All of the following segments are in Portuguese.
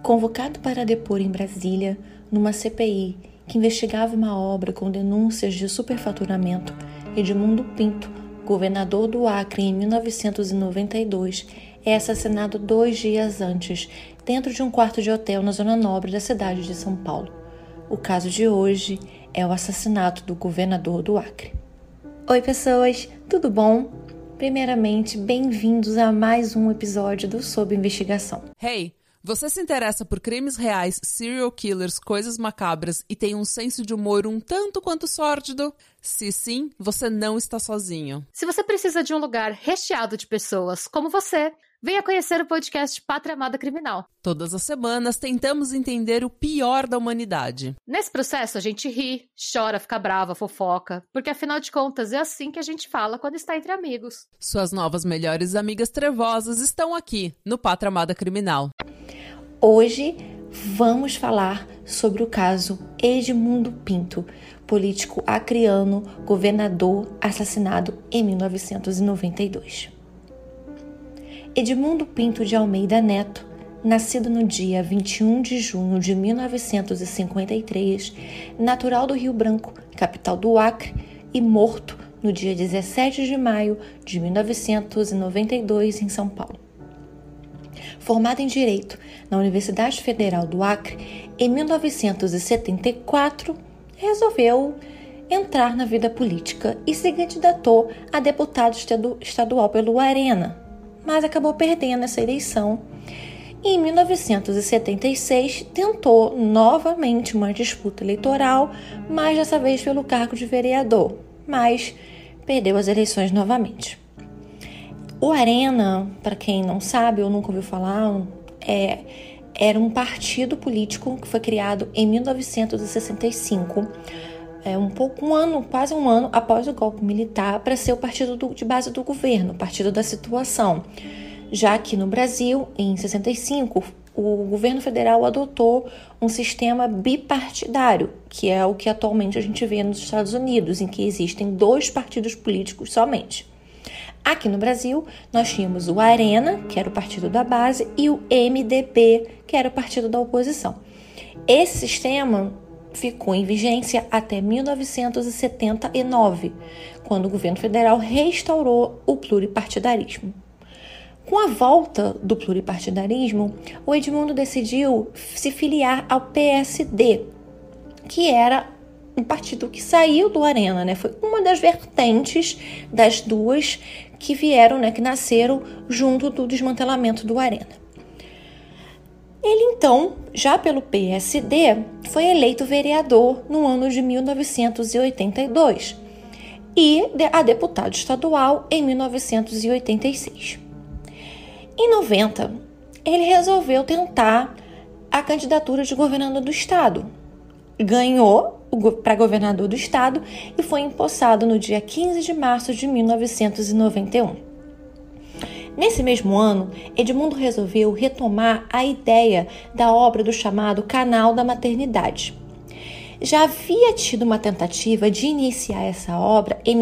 Convocado para depor em Brasília, numa CPI que investigava uma obra com denúncias de superfaturamento, Edmundo Pinto, governador do Acre em 1992, é assassinado 2 dias antes, dentro de um quarto de hotel na zona nobre da cidade de São Paulo. O caso de hoje é o assassinato do governador do Acre. Oi pessoas, tudo bom? Primeiramente, bem-vindos a mais um episódio do Sob Investigação. Hey! Você se interessa por crimes reais, serial killers, coisas macabras e tem um senso de humor um tanto quanto sórdido? Se sim, você não está sozinho. Se você precisa de um lugar recheado de pessoas como você, venha conhecer o podcast Pátria Amada Criminal. Todas as semanas tentamos entender o pior da humanidade. Nesse processo a gente ri, chora, fica brava, fofoca, porque afinal de contas é assim que a gente fala quando está entre amigos. Suas novas melhores amigas trevosas estão aqui no Pátria Amada Criminal. Hoje vamos falar sobre o caso Edmundo Pinto, político acreano, governador assassinado em 1992. Edmundo Pinto de Almeida Neto, nascido no dia 21 de junho de 1953, natural do Rio Branco, capital do Acre, e morto no dia 17 de maio de 1992 em São Paulo. Formado em Direito na Universidade Federal do Acre, em 1974, resolveu entrar na vida política e se candidatou a deputado estadual pelo Arena, mas acabou perdendo essa eleição. E em 1976, tentou novamente uma disputa eleitoral, mas dessa vez pelo cargo de vereador, mas perdeu as eleições novamente. O Arena, para quem não sabe ou nunca ouviu falar, era um partido político que foi criado em 1965, quase um ano após o golpe militar, para ser o partido de base do governo, o partido da situação. Já que no Brasil, em 65, o governo federal adotou um sistema bipartidário, que é o que atualmente a gente vê nos Estados Unidos, em que existem 2 partidos políticos somente. Aqui no Brasil, nós tínhamos o Arena, que era o partido da base, e o MDB, que era o partido da oposição. Esse sistema ficou em vigência até 1979, quando o governo federal restaurou o pluripartidarismo. Com a volta do pluripartidarismo, o Edmundo decidiu se filiar ao PSD, que era um partido que saiu do Arena, né? Foi uma das vertentes das 2 que vieram, que nasceram junto do desmantelamento do Arena. Ele, então, já pelo PSD, foi eleito vereador no ano de 1982 e a deputado estadual em 1986. Em 90, ele resolveu tentar a candidatura de governador do estado. Ganhou para governador do estado e foi empossado no dia 15 de março de 1991. Nesse mesmo ano, Edmundo resolveu retomar a ideia da obra do chamado Canal da Maternidade. Já havia tido uma tentativa de iniciar essa obra em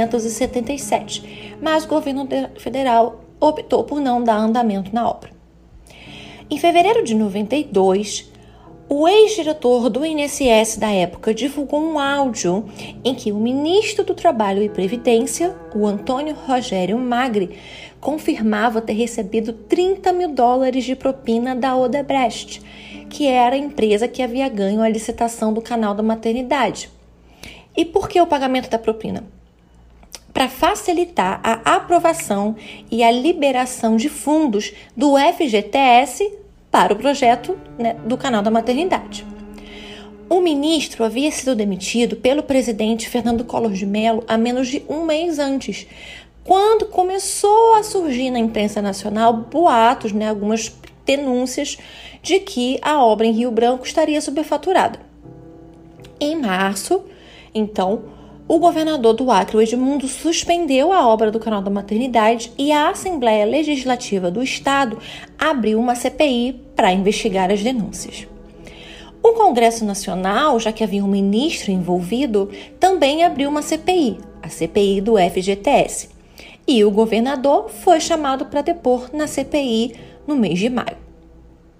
1977, mas o governo federal optou por não dar andamento na obra. Em fevereiro de 92, o ex-diretor do INSS da época divulgou um áudio em que o ministro do Trabalho e Previdência, o Antônio Rogério Magri, confirmava ter recebido $30 mil de propina da Odebrecht, que era a empresa que havia ganho a licitação do Canal da Maternidade. E por que o pagamento da propina? Para facilitar a aprovação e a liberação de fundos do FGTS para o projeto do Canal da Maternidade. O ministro havia sido demitido pelo presidente Fernando Collor de Mello há menos de um mês antes, quando começou a surgir na imprensa nacional boatos, algumas denúncias de que a obra em Rio Branco estaria superfaturada. Em março, então, o governador do Acre, o Edmundo, suspendeu a obra do Canal da Maternidade e a Assembleia Legislativa do Estado abriu uma CPI para investigar as denúncias. O Congresso Nacional, já que havia um ministro envolvido, também abriu uma CPI, a CPI do FGTS. E o governador foi chamado para depor na CPI no mês de maio.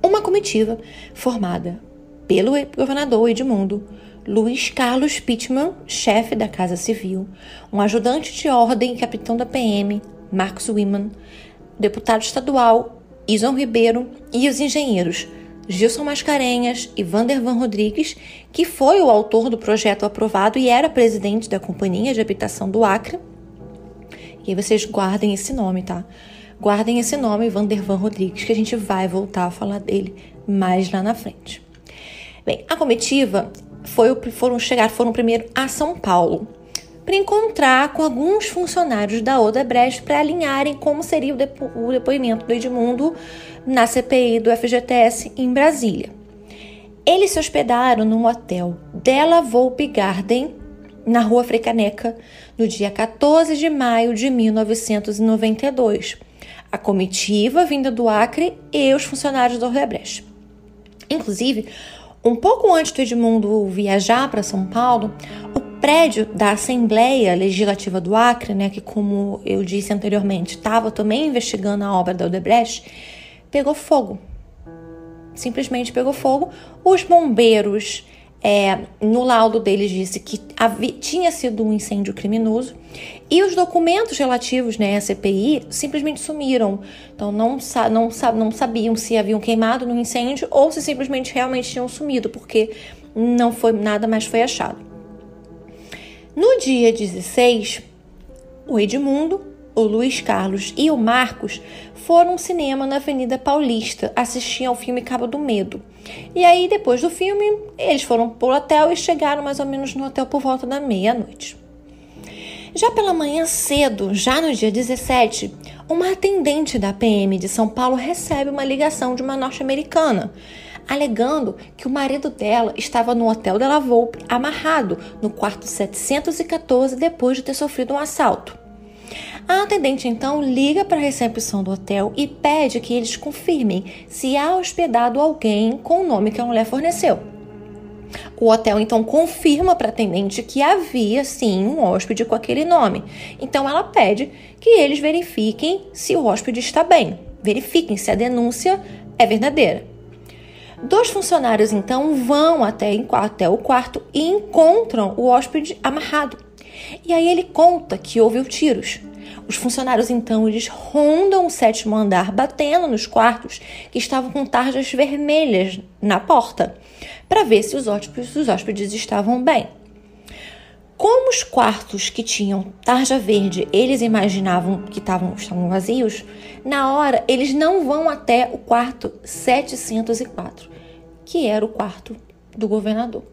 uma comitiva formada pelo governador Edmundo, Luiz Carlos Pittman, chefe da Casa Civil, um ajudante de ordem e capitão da PM, Marcos Wiman, o deputado estadual Ison Ribeiro e os engenheiros Gilson Mascarenhas e Vander Van Rodrigues, que foi o autor do projeto aprovado e era presidente da Companhia de Habitação do Acre. E aí vocês guardem esse nome, tá? Guardem esse nome, Vander Van Rodrigues, que a gente vai voltar a falar dele mais lá na frente. Bem, a comitiva foram primeiro a São Paulo para encontrar com alguns funcionários da Odebrecht para alinharem como seria o depoimento do Edmundo na CPI do FGTS em Brasília. Eles se hospedaram num hotel Della Volpe Garden, na Rua Frei Caneca, no dia 14 de maio de 1992. A comitiva vinda do Acre e os funcionários da Odebrecht. Inclusive, um pouco antes do Edmundo viajar para São Paulo, o prédio da Assembleia Legislativa do Acre, que, como eu disse anteriormente, estava também investigando a obra da Odebrecht, pegou fogo. Simplesmente pegou fogo. Os bombeiros, no laudo deles, disse que tinha sido um incêndio criminoso e os documentos relativos à CPI simplesmente sumiram. Então não sabiam se haviam queimado no incêndio ou se simplesmente realmente tinham sumido, porque nada mais foi achado. No dia 16, o Edmundo, o Luiz Carlos e o Marcos foram ao cinema na Avenida Paulista assistir ao filme Cabo do Medo. E aí, depois do filme, eles foram para o hotel e chegaram mais ou menos no hotel por volta da meia-noite. Já pela manhã cedo, já no dia 17, uma atendente da PM de São Paulo recebe uma ligação de uma norte-americana, alegando que o marido dela estava no hotel Della Volpe, amarrado no quarto 714 depois de ter sofrido um assalto. A atendente então liga para a recepção do hotel e pede que eles confirmem se há hospedado alguém com o nome que a mulher forneceu. O hotel então confirma para a atendente que havia sim um hóspede com aquele nome. Então ela pede que eles verifiquem se o hóspede está bem, verifiquem se a denúncia é verdadeira. 2 funcionários então vão até o quarto e encontram o hóspede amarrado. E aí ele conta que houve tiros. Os funcionários então eles rondam o 7º andar, batendo nos quartos que estavam com tarjas vermelhas na porta, para ver se os hóspedes estavam bem. Como os quartos que tinham tarja verde, eles imaginavam que estavam vazios, na hora eles não vão até o quarto 704, que era o quarto do governador.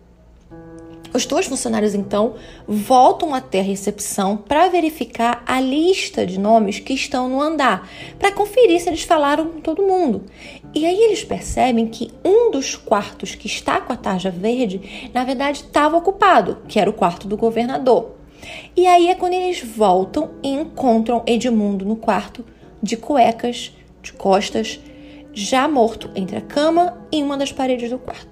Os 2 funcionários, então, voltam até a recepção para verificar a lista de nomes que estão no andar, para conferir se eles falaram com todo mundo. E aí eles percebem que um dos quartos que está com a tarja verde, na verdade, estava ocupado, que era o quarto do governador. E aí é quando eles voltam e encontram Edmundo no quarto, de cuecas, de costas, já morto entre a cama e uma das paredes do quarto.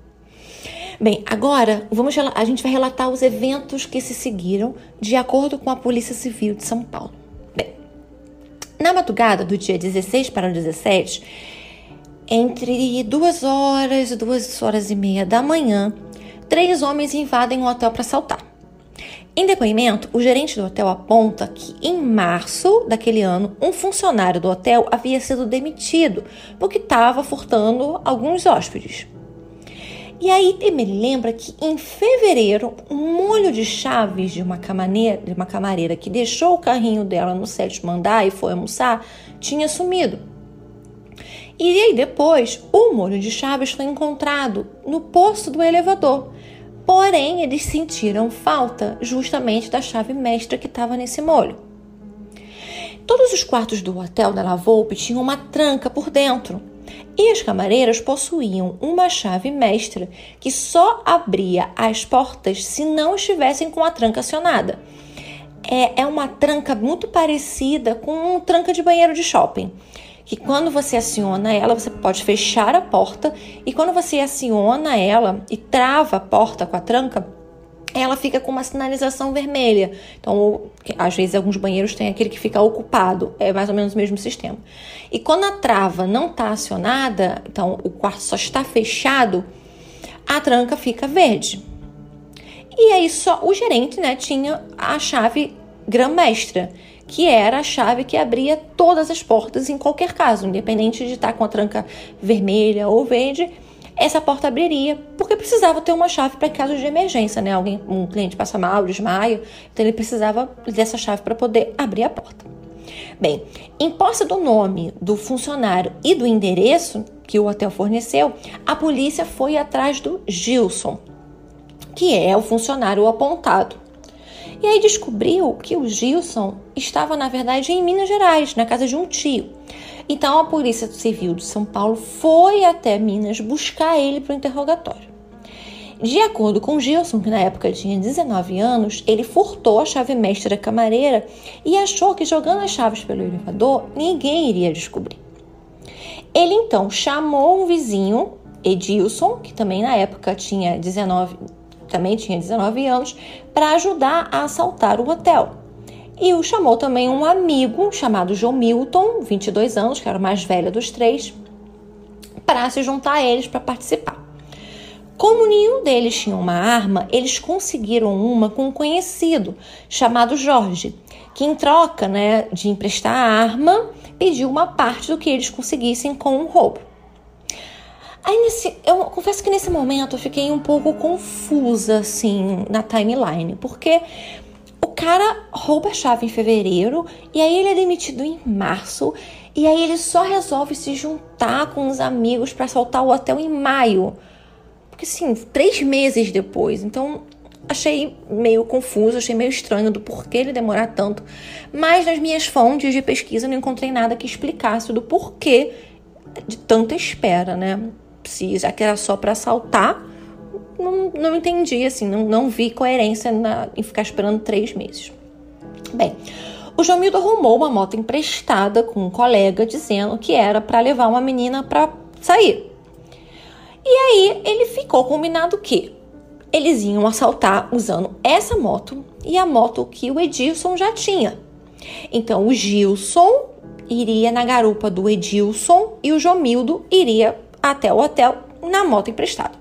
Bem, agora a gente vai relatar os eventos que se seguiram de acordo com a Polícia Civil de São Paulo. Bem, na madrugada do dia 16 para o 17, entre 2 horas e 2 horas e meia da manhã, 3 homens invadem o hotel para assaltar. Em depoimento, o gerente do hotel aponta que em março daquele ano, um funcionário do hotel havia sido demitido porque estava furtando alguns hóspedes. E aí ele lembra que em fevereiro, um molho de chaves de uma camareira que deixou o carrinho dela no 7º andar e foi almoçar, tinha sumido. E aí depois, o molho de chaves foi encontrado no posto do elevador. Porém, eles sentiram falta justamente da chave mestra que estava nesse molho. Todos os quartos do hotel Della Volpe tinham uma tranca por dentro. E as camareiras possuíam uma chave mestra que só abria as portas se não estivessem com a tranca acionada. É uma tranca muito parecida com uma tranca de banheiro de shopping, que quando você aciona ela, você pode fechar a porta, e quando você aciona ela e trava a porta com a tranca, ela fica com uma sinalização vermelha. Então, às vezes, alguns banheiros têm aquele que fica ocupado. É mais ou menos o mesmo sistema. E quando a trava não está acionada, então o quarto só está fechado, a tranca fica verde. E aí só o gerente, né, tinha a chave grã-mestra, que era a chave que abria todas as portas em qualquer caso, independente de estar com a tranca vermelha ou verde, essa porta abriria, porque precisava ter uma chave para caso de emergência, né? Um cliente passa mal, desmaia, então ele precisava dessa chave para poder abrir a porta. Bem, em posse do nome do funcionário e do endereço que o hotel forneceu, a polícia foi atrás do Gilson, que é o funcionário apontado. E aí descobriu que o Gilson estava, na verdade, em Minas Gerais, na casa de um tio. Então, a Polícia Civil de São Paulo foi até Minas buscar ele para o interrogatório. De acordo com Gilson, que na época tinha 19 anos, ele furtou a chave mestra camareira e achou que jogando as chaves pelo elevador, ninguém iria descobrir. Ele, então, chamou um vizinho, Edilson, que também na época tinha 19 anos, para ajudar a assaltar o hotel. E o chamou também um amigo chamado João Milton, 22 anos, que era o mais velho dos três, para se juntar a eles para participar. Como nenhum deles tinha uma arma, eles conseguiram uma com um conhecido chamado Jorge, que em troca, né, de emprestar a arma, pediu uma parte do que eles conseguissem com o roubo. Aí eu confesso que nesse momento eu fiquei um pouco confusa assim na timeline, porque o cara rouba a chave em fevereiro e aí ele é demitido em março e aí ele só resolve se juntar com os amigos para assaltar o hotel em maio. Porque assim, 3 meses depois. Então achei meio confuso, achei meio estranho do porquê ele demorar tanto. Mas nas minhas fontes de pesquisa não encontrei nada que explicasse do porquê de tanta espera, né? Se já que era só para assaltar, não entendi, assim, não vi coerência em ficar esperando 3 meses. Bem, o Jomildo arrumou uma moto emprestada com um colega, dizendo que era para levar uma menina para sair. E aí ele ficou combinado que eles iam assaltar usando essa moto e a moto que o Edilson já tinha. Então o Gilson iria na garupa do Edilson e o Jomildo iria até o hotel na moto emprestada.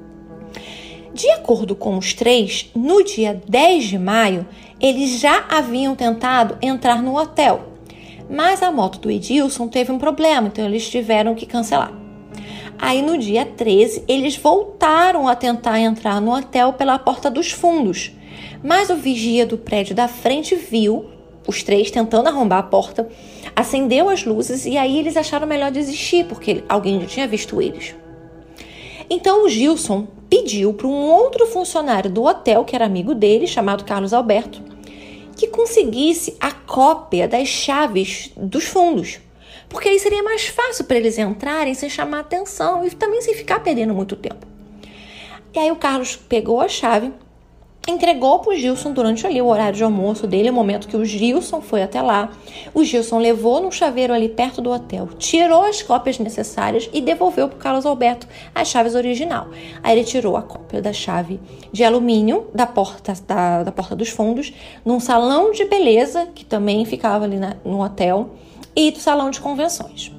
De acordo com os três, no dia 10 de maio, eles já haviam tentado entrar no hotel, mas a moto do Edilson teve um problema, então eles tiveram que cancelar. Aí no dia 13, eles voltaram a tentar entrar no hotel pela porta dos fundos, mas o vigia do prédio da frente viu os três tentando arrombar a porta, acendeu as luzes e aí eles acharam melhor desistir, porque alguém já tinha visto eles. Então o Gilson pediu para um outro funcionário do hotel, que era amigo dele, chamado Carlos Alberto, que conseguisse a cópia das chaves dos fundos, porque aí seria mais fácil para eles entrarem sem chamar atenção e também sem ficar perdendo muito tempo. E aí o Carlos pegou a chave, entregou para o Gilson durante ali o horário de almoço dele, o momento que o Gilson foi até lá. O Gilson levou num chaveiro ali perto do hotel, tirou as cópias necessárias e devolveu para o Carlos Alberto as chaves original. Aí ele tirou a cópia da chave de alumínio da porta dos fundos, num salão de beleza, que também ficava ali no hotel, e do salão de convenções.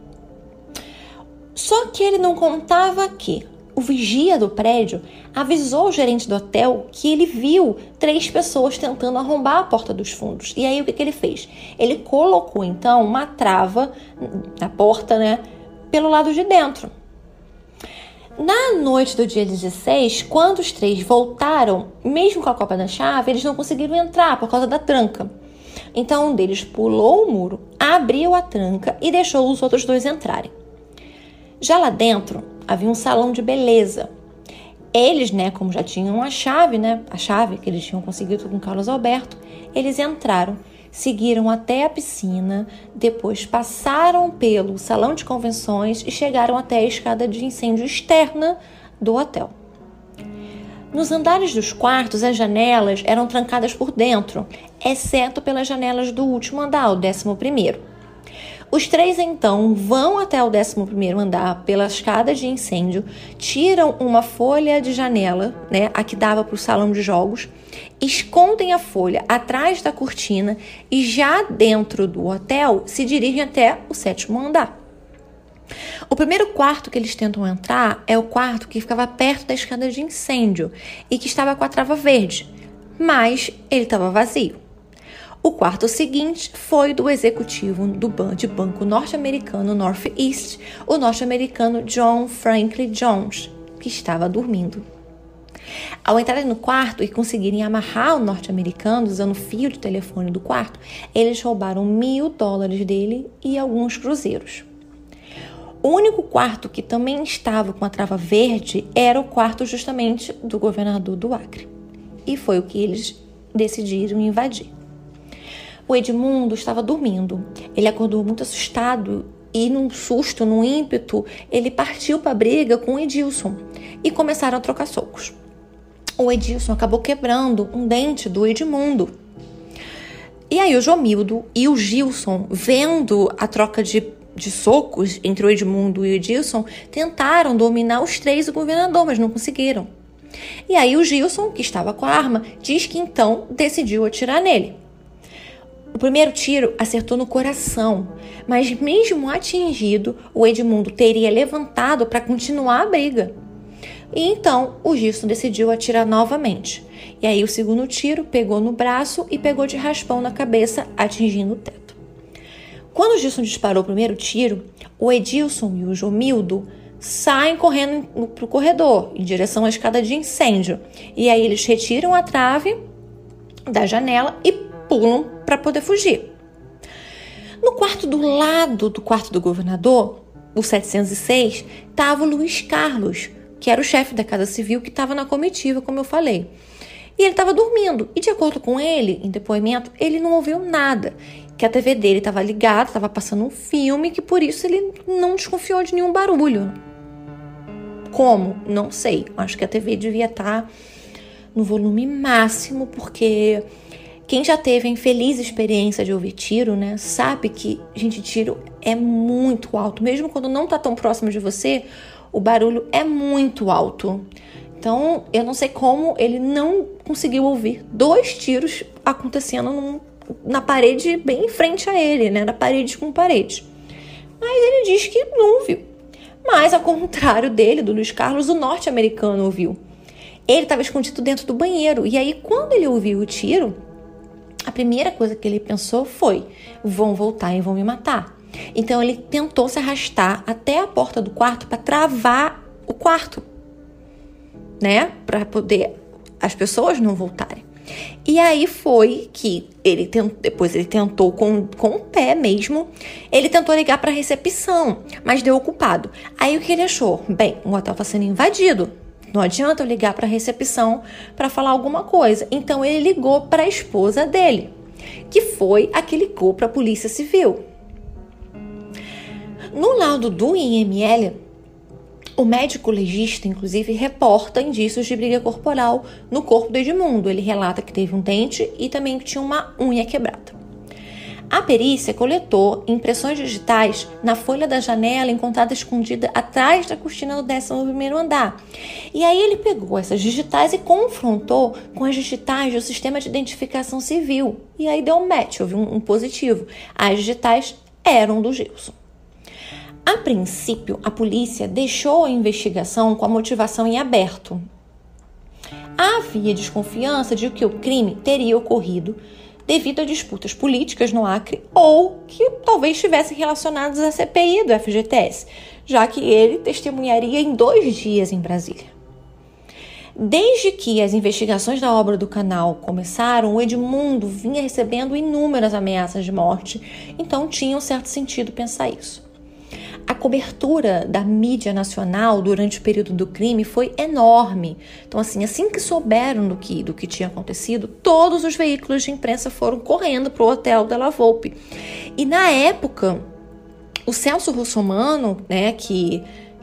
Só que ele não contava que o vigia do prédio avisou o gerente do hotel que ele viu 3 pessoas tentando arrombar a porta dos fundos. E aí o que ele fez? Ele colocou então uma trava na porta, né, pelo lado de dentro. Na noite do dia 16, quando os 3 voltaram, mesmo com a cópia da chave, eles não conseguiram entrar por causa da tranca. Então um deles pulou o muro, abriu a tranca e deixou os outros 2 entrarem. Já lá dentro havia um salão de beleza. Eles, né, como já tinham a chave que eles tinham conseguido com Carlos Alberto, eles entraram, seguiram até a piscina, depois passaram pelo salão de convenções e chegaram até a escada de incêndio externa do hotel. Nos andares dos quartos, as janelas eram trancadas por dentro, exceto pelas janelas do último andar, o 11º. Os três, então, vão até o 11º andar pela escada de incêndio, tiram uma folha de janela, né, a que dava para o salão de jogos, escondem a folha atrás da cortina e já dentro do hotel se dirigem até o 7º andar. O primeiro quarto que eles tentam entrar é o quarto que ficava perto da escada de incêndio e que estava com a trava verde, mas ele estava vazio. O quarto seguinte foi do executivo de banco norte-americano Northeast, o norte-americano John Franklin Jones, que estava dormindo. Ao entrarem no quarto e conseguirem amarrar o norte-americano usando o fio de telefone do quarto, eles roubaram $1.000 dele e alguns cruzeiros. O único quarto que também estava com a trava verde era o quarto justamente do governador do Acre. E foi o que eles decidiram invadir. O Edmundo estava dormindo. Ele acordou muito assustado e, num susto, num ímpeto, ele partiu para a briga com o Edilson e começaram a trocar socos. O Edilson acabou quebrando um dente do Edmundo. E aí o Jomildo e o Gilson, vendo a troca de socos entre o Edmundo e o Edilson, tentaram dominar os três do governador, mas não conseguiram. E aí o Gilson, que estava com a arma, diz que então decidiu atirar nele. O primeiro tiro acertou no coração, mas mesmo atingido, o Edmundo teria levantado para continuar a briga. E então o Gilson decidiu atirar novamente. E aí o segundo tiro pegou no braço e pegou de raspão na cabeça, atingindo o teto. Quando o Gilson disparou o primeiro tiro, o Edilson e o Jomildo saem correndo para o corredor, em direção à escada de incêndio. E aí eles retiram a trave da janela e pulam para poder fugir. No quarto do lado do quarto do governador, o 706, estava o Luiz Carlos, que era o chefe da Casa Civil, que estava na comitiva, como eu falei. E ele estava dormindo. E de acordo com ele, em depoimento, ele não ouviu nada. Que a TV dele estava ligada, estava passando um filme, que por isso ele não desconfiou de nenhum barulho. Como? Não sei. Acho que a TV devia estar no volume máximo, porque quem já teve a infeliz experiência de ouvir tiro, né, sabe que, gente, tiro é muito alto. Mesmo quando não está tão próximo de você, o barulho é muito alto. Então, eu não sei como ele não conseguiu ouvir 2 tiros acontecendo na parede bem em frente a ele, né, na parede com parede. Mas ele diz que não ouviu. Mas, ao contrário dele, do Luiz Carlos, o norte-americano ouviu. Ele estava escondido dentro do banheiro. E aí, quando ele ouviu o tiro, a primeira coisa que ele pensou foi: vão voltar e vão me matar. Então ele tentou se arrastar até a porta do quarto para travar o quarto, né? Para poder as pessoas não voltarem. E aí foi que depois ele tentou com o pé mesmo, ele tentou ligar para a recepção, mas deu ocupado. Aí o que ele achou? Bem, o hotel está sendo invadido. Não adianta eu ligar para a recepção para falar alguma coisa. Então ele ligou para a esposa dele, que foi a que ligou para a Polícia Civil. No laudo do IML, o médico legista, inclusive, reporta indícios de briga corporal no corpo do Edmundo. Ele relata que teve um dente e também que tinha uma unha quebrada. A perícia coletou impressões digitais na folha da janela encontrada escondida atrás da cortina do 11º andar. E aí ele pegou essas digitais e confrontou com as digitais do sistema de identificação civil. E aí deu um match, houve um positivo. As digitais eram do Gilson. A princípio, a polícia deixou a investigação com a motivação em aberto. Havia desconfiança de que o crime teria ocorrido devido a disputas políticas no Acre ou que talvez estivessem relacionados à CPI do FGTS, já que ele testemunharia em 2 dias em Brasília. Desde que as investigações da obra do canal começaram, o Edmundo vinha recebendo inúmeras ameaças de morte, então tinha um certo sentido pensar isso. A cobertura da mídia nacional durante o período do crime foi enorme. Então, assim que souberam do que tinha acontecido, todos os veículos de imprensa foram correndo para o hotel Della Volpe. E na época, o Celso Russomano, né, que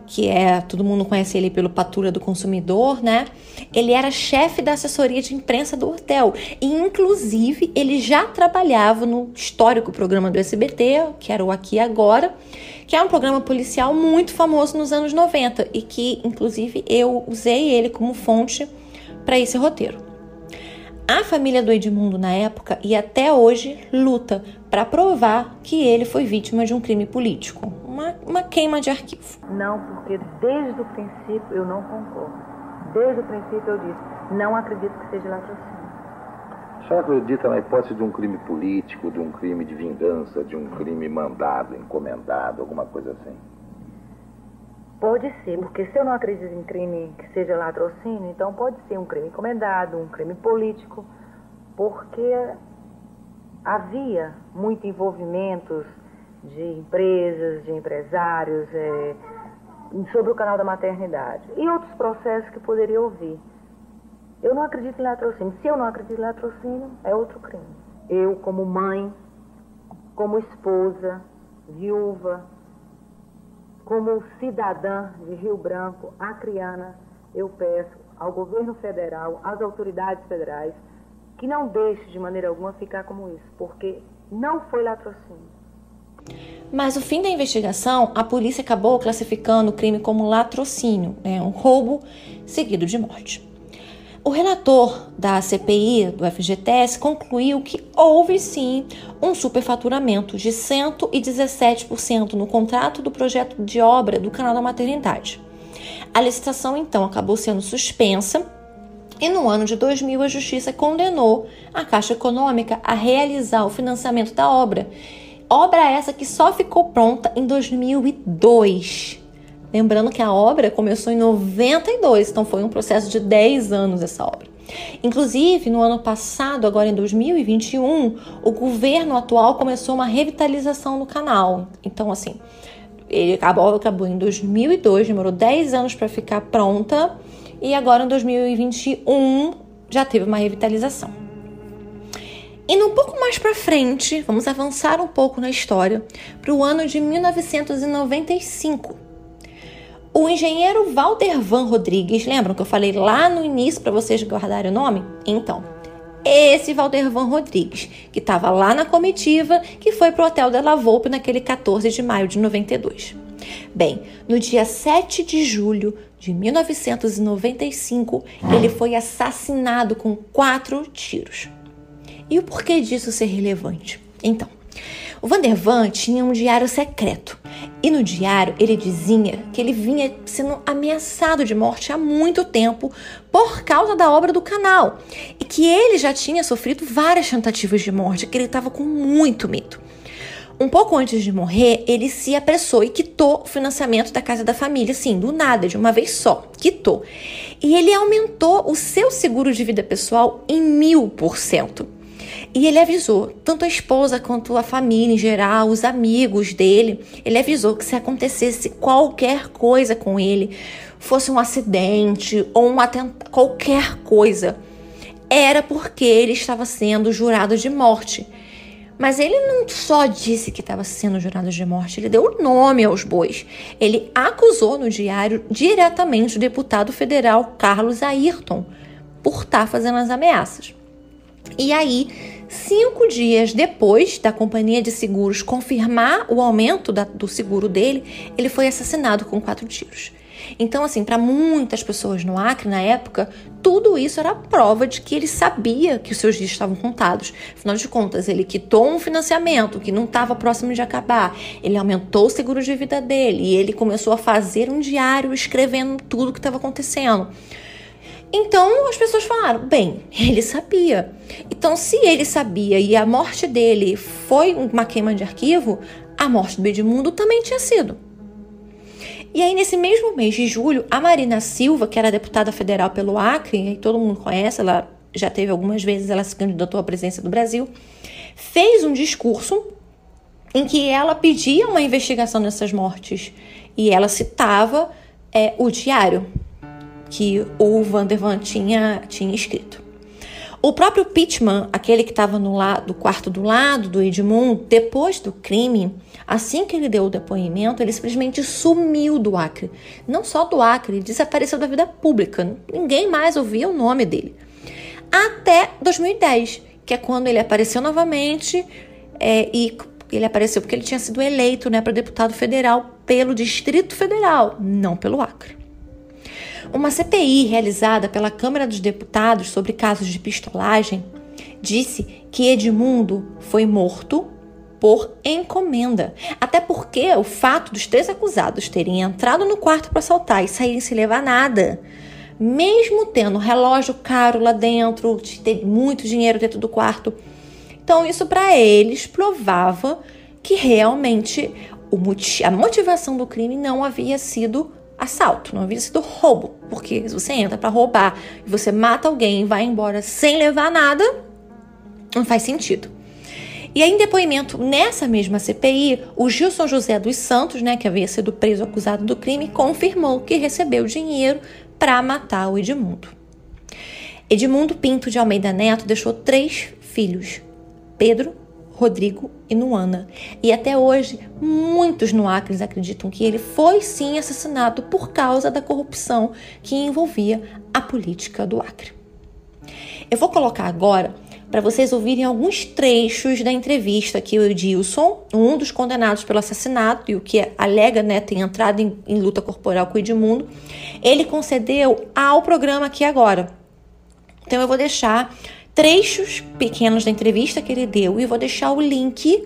que todo mundo conhece ele pelo Patrulha do Consumidor, né? Ele era chefe da assessoria de imprensa do hotel e, inclusive, ele já trabalhava no histórico programa do SBT, que era o Aqui e Agora, que é um programa policial muito famoso nos anos 90 e que, inclusive, eu usei ele como fonte para esse roteiro. A família do Edmundo, na época, e até hoje, luta para provar que ele foi vítima de um crime político, uma queima de arquivo. Não, porque desde o princípio eu não concordo. Desde o princípio eu disse, não acredito que seja latrocínio. A senhora acredita na hipótese de um crime político, de um crime de vingança, de um crime mandado, encomendado, alguma coisa assim? Pode ser, porque se eu não acredito em crime que seja latrocínio, então pode ser um crime encomendado, um crime político, porque havia muito envolvimentos de empresas, de empresários, sobre o canal da maternidade e outros processos que poderia ouvir. Eu não acredito em latrocínio. Se eu não acredito em latrocínio, é outro crime. Eu, como mãe, como esposa, viúva, como cidadã de Rio Branco, acriana, eu peço ao governo federal, às autoridades federais, que não deixe de maneira alguma ficar como isso, porque não foi latrocínio. Mas no fim da investigação, a polícia acabou classificando o crime como latrocínio, um roubo seguido de morte. O relator da CPI do FGTS concluiu que houve sim um superfaturamento de 117% no contrato do projeto de obra do canal da maternidade. A licitação então acabou sendo suspensa e no ano de 2000 a Justiça condenou a Caixa Econômica a realizar o financiamento da obra. Obra essa que só ficou pronta em 2002. Lembrando que a obra começou em 92, então foi um processo de 10 anos essa obra. Inclusive, no ano passado, agora em 2021, o governo atual começou uma revitalização do canal. Então, assim, a obra acabou em 2002, demorou 10 anos para ficar pronta e agora em 2021 já teve uma revitalização. Indo um pouco mais para frente, vamos avançar um pouco na história, para o ano de 1995. O engenheiro Valdervan Rodrigues, lembram que eu falei lá no início para vocês guardarem o nome? Então, esse Valdervan Rodrigues, que estava lá na comitiva, que foi para o Hotel de la Volpe naquele 14 de maio de 92. Bem, no dia 7 de julho de 1995, ele foi assassinado com 4 tiros. E o porquê disso ser relevante? Então, o Valdervan tinha um diário secreto e no diário ele dizia que ele vinha sendo ameaçado de morte há muito tempo por causa da obra do canal e que ele já tinha sofrido várias tentativas de morte, que ele estava com muito medo. Um pouco antes de morrer, ele se apressou e quitou o financiamento da casa da família, assim, do nada, de uma vez só, quitou. E ele aumentou o seu seguro de vida pessoal em 1000%. E ele avisou, tanto a esposa quanto a família em geral, os amigos dele, ele avisou que se acontecesse qualquer coisa com ele, fosse um acidente ou um atentado, qualquer coisa, era porque ele estava sendo jurado de morte. Mas ele não só disse que estava sendo jurado de morte, ele deu o nome aos bois. Ele acusou no diário diretamente o deputado federal Carlos Ayrton por estar fazendo as ameaças. E aí, 5 dias depois da companhia de seguros confirmar o aumento do seguro dele, ele foi assassinado com 4 tiros. Então, assim, para muitas pessoas no Acre, na época, tudo isso era prova de que ele sabia que os seus dias estavam contados. Afinal de contas, ele quitou um financiamento que não estava próximo de acabar, ele aumentou o seguro de vida dele e ele começou a fazer um diário escrevendo tudo o que estava acontecendo. Então, as pessoas falaram, bem, ele sabia. Então, se ele sabia e a morte dele foi uma queima de arquivo, a morte do Edmundo também tinha sido. E aí, nesse mesmo mês de julho, a Marina Silva, que era deputada federal pelo Acre, e todo mundo conhece, ela já teve algumas vezes, ela se candidatou à presidência do Brasil, fez um discurso em que ela pedia uma investigação nessas mortes. E ela citava o diário que o Valdervan tinha escrito. O próprio Pittman, aquele que estava no quarto do lado do Edmundo, depois do crime, assim que ele deu o depoimento, ele simplesmente sumiu do Acre. Não só do Acre, ele desapareceu da vida pública. Ninguém mais ouvia o nome dele. Até 2010, que é quando ele apareceu novamente, e ele apareceu porque ele tinha sido eleito, para deputado federal pelo Distrito Federal, não pelo Acre. Uma CPI realizada pela Câmara dos Deputados sobre casos de pistolagem disse que Edmundo foi morto por encomenda. Até porque o fato dos 3 acusados terem entrado no quarto para assaltar e saírem sem levar nada, mesmo tendo relógio caro lá dentro, ter muito dinheiro dentro do quarto, então isso para eles provava que realmente a motivação do crime não havia sido assalto, não havia sido roubo, porque se você entra para roubar e você mata alguém e vai embora sem levar nada, não faz sentido. E aí, em depoimento nessa mesma CPI, o Gilson José dos Santos, que havia sido preso acusado do crime, confirmou que recebeu dinheiro para matar o Edmundo. Edmundo Pinto de Almeida Neto deixou 3 filhos, Pedro, Rodrigo e Nuana. E até hoje, muitos no Acre acreditam que ele foi sim assassinado por causa da corrupção que envolvia a política do Acre. Eu vou colocar agora para vocês ouvirem alguns trechos da entrevista que o Edilson, um dos condenados pelo assassinato e o que alega ter entrado em luta corporal com o Edmundo, ele concedeu ao programa aqui agora. Então eu vou deixar trechos pequenos da entrevista que ele deu e vou deixar o link,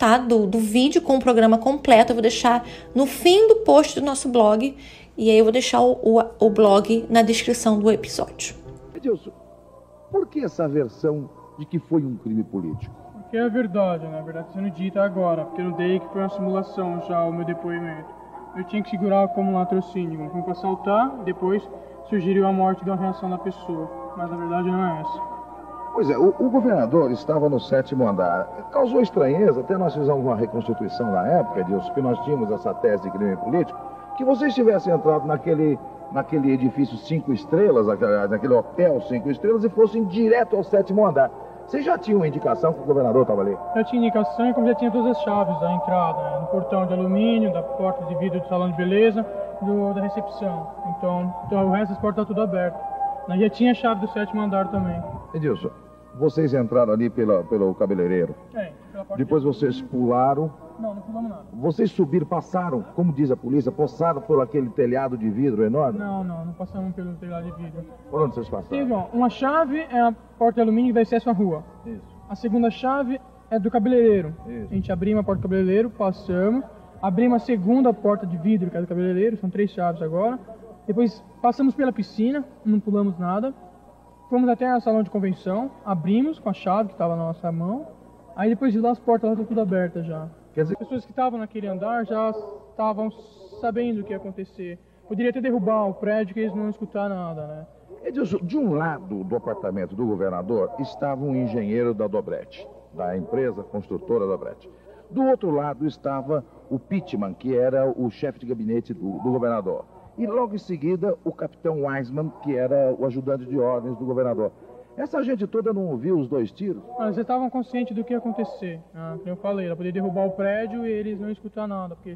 do vídeo com o programa completo. Eu vou deixar no fim do post do nosso blog e aí eu vou deixar o blog na descrição do episódio. Edilson, por que essa versão de que foi um crime político? Porque é verdade, na verdade está sendo dita agora, porque eu não dei que foi uma simulação já o meu depoimento. Eu tinha que segurar como latrocínio, como para assaltar, depois sugeriu a morte da reação da pessoa, mas na verdade não é essa. Pois é, o governador estava no 7º andar. Causou estranheza, até nós fizemos uma reconstituição na época, Edilson, que nós tínhamos essa tese de crime político, que vocês tivessem entrado naquele edifício 5 estrelas, naquele hotel 5 estrelas, e fossem direto ao 7º andar. Vocês já tinham uma indicação que o governador estava ali? Já tinha indicação e como já tinha todas as chaves da entrada, no portão de alumínio, da porta de vidro do salão de beleza, da recepção. Então o resto das portas está tudo aberto. Já tinha a chave do 7º andar também. Edilson, vocês entraram ali pelo cabeleireiro. Pela porta. Depois vocês pularam. Não pulamos nada. Vocês subiram, passaram, como diz a polícia, passaram por aquele telhado de vidro enorme? Não passamos pelo telhado de vidro. Por onde vocês passaram? Teve, uma chave é a porta de alumínio que dá acesso à rua. Isso. A segunda chave é do cabeleireiro. Isso. A gente abriu a porta do cabeleireiro, passamos. Abrimos a segunda porta de vidro, que é do cabeleireiro, são 3 chaves agora. Depois passamos pela piscina, não pulamos nada. Fomos até o salão de convenção, abrimos com a chave que estava na nossa mão. Aí depois de lá as portas estão tudo abertas já. Quer dizer, As pessoas que estavam naquele andar já estavam sabendo o que ia acontecer. Poderia até derrubar o prédio que eles não iam escutar nada, Edilson, de um lado do apartamento do governador estava um engenheiro da Dobretti, da empresa construtora Dobretti. Do outro lado estava o Pittman, que era o chefe de gabinete do governador. E logo em seguida o capitão Wiseman, que era o ajudante de ordens do governador. Essa gente toda não ouviu os 2 tiros? Mas eles estavam conscientes do que ia acontecer. Como eu falei, ela poderia derrubar o prédio e eles não iam escutar nada, porque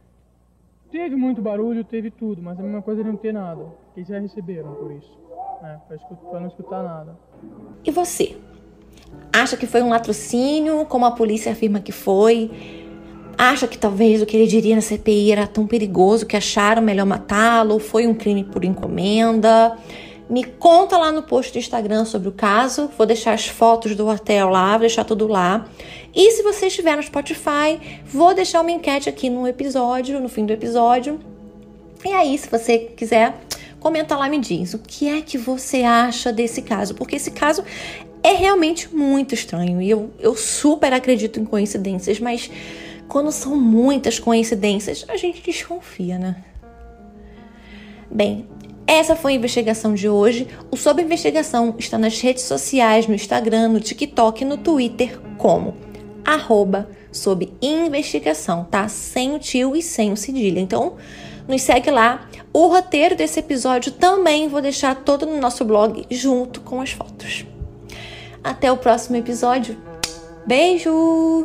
teve muito barulho, teve tudo, mas a mesma coisa era não ter nada. Eles já receberam por isso, para não escutar nada. E você? Acha que foi um latrocínio, como a polícia afirma que foi? Acha que talvez o que ele diria na CPI era tão perigoso que acharam melhor matá-lo? Ou foi um crime por encomenda? Me conta lá no post do Instagram sobre o caso. Vou deixar as fotos do hotel lá, vou deixar tudo lá. E se você estiver no Spotify, vou deixar uma enquete aqui no fim do episódio. E aí, se você quiser, comenta lá e me diz o que é que você acha desse caso. Porque esse caso é realmente muito estranho. E eu super acredito em coincidências, mas quando são muitas coincidências, a gente desconfia, né? Bem, essa foi a investigação de hoje. O Sob Investigação está nas redes sociais, no Instagram, no TikTok e no Twitter como @sobinvestigação, tá? Sem o tio e sem o cedilha. Então, nos segue lá. O roteiro desse episódio também vou deixar todo no nosso blog junto com as fotos. Até o próximo episódio. Beijo!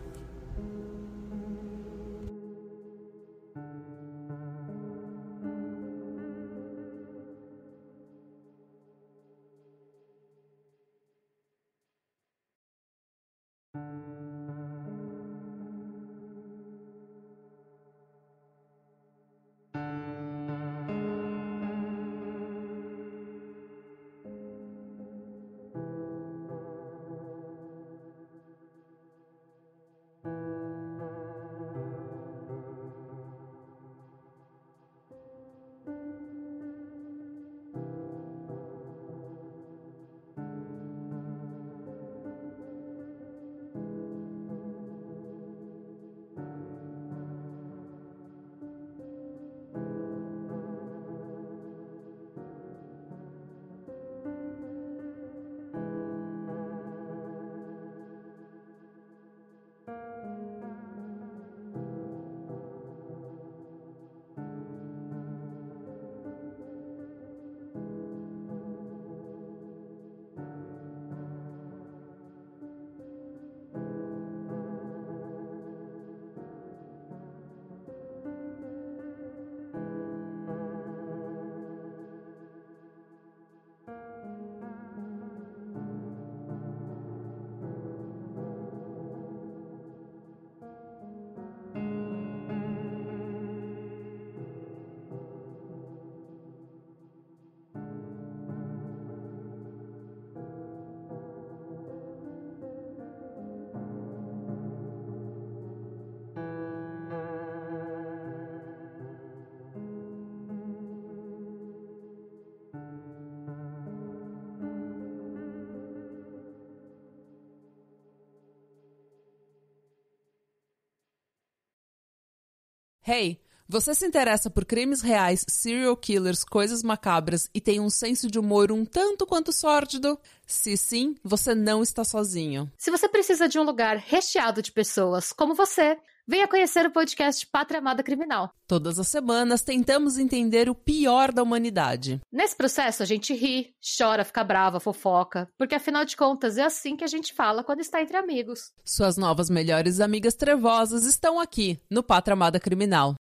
Hey, você se interessa por crimes reais, serial killers, coisas macabras e tem um senso de humor um tanto quanto sórdido? Se sim, você não está sozinho. Se você precisa de um lugar recheado de pessoas como você, venha conhecer o podcast Pátria Amada Criminal. Todas as semanas tentamos entender o pior da humanidade. Nesse processo a gente ri, chora, fica brava, fofoca, porque afinal de contas é assim que a gente fala quando está entre amigos. Suas novas melhores amigas trevosas estão aqui no Pátria Amada Criminal.